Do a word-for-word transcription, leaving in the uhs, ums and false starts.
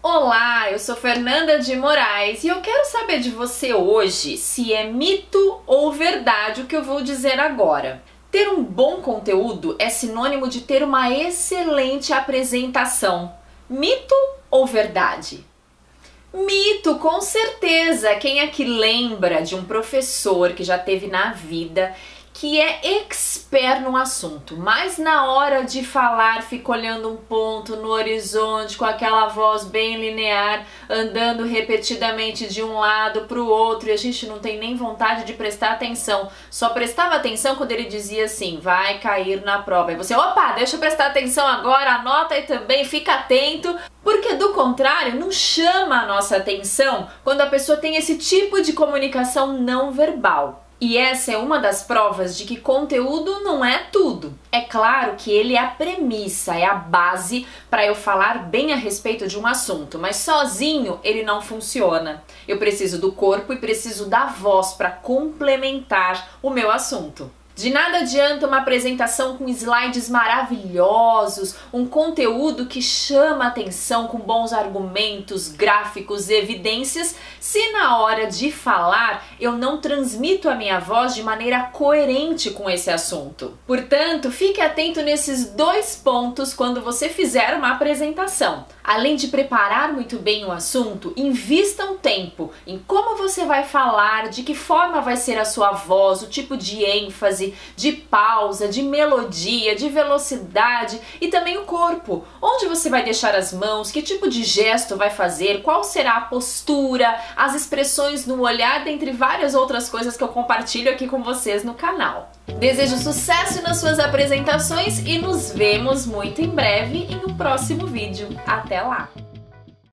Olá, eu sou Fernanda de Moraes e eu quero saber de você hoje se é mito ou verdade o que eu vou dizer agora. Ter um bom conteúdo é sinônimo de ter uma excelente apresentação. Mito ou verdade? Mito, com certeza! Quem é que lembra de um professor que já teve na vida que é expert no assunto, mas na hora de falar fica olhando um ponto no horizonte com aquela voz bem linear, andando repetidamente de um lado para o outro e a gente não tem nem vontade de prestar atenção, só prestava atenção quando ele dizia assim, vai cair na prova, e você, opa, deixa eu prestar atenção agora, anota aí também, fica atento, porque do contrário não chama a nossa atenção quando a pessoa tem esse tipo de comunicação não verbal. E essa é uma das provas de que conteúdo não é tudo. É claro que ele é a premissa, é a base para eu falar bem a respeito de um assunto, mas sozinho ele não funciona. Eu preciso do corpo e preciso da voz para complementar o meu assunto. De nada adianta uma apresentação com slides maravilhosos, um conteúdo que chama atenção com bons argumentos, gráficos e evidências, se na hora de falar eu não transmito a minha voz de maneira coerente com esse assunto. Portanto, fique atento nesses dois pontos quando você fizer uma apresentação. Além de preparar muito bem o assunto, invista um tempo em como você vai falar, de que forma vai ser a sua voz, o tipo de ênfase, de pausa, de melodia, de velocidade e também o corpo. Onde você vai deixar as mãos, que tipo de gesto vai fazer, qual será a postura, as expressões no olhar, dentre várias outras coisas que eu compartilho aqui com vocês no canal. Desejo sucesso nas suas apresentações e nos vemos muito em breve em um próximo vídeo. Até lá!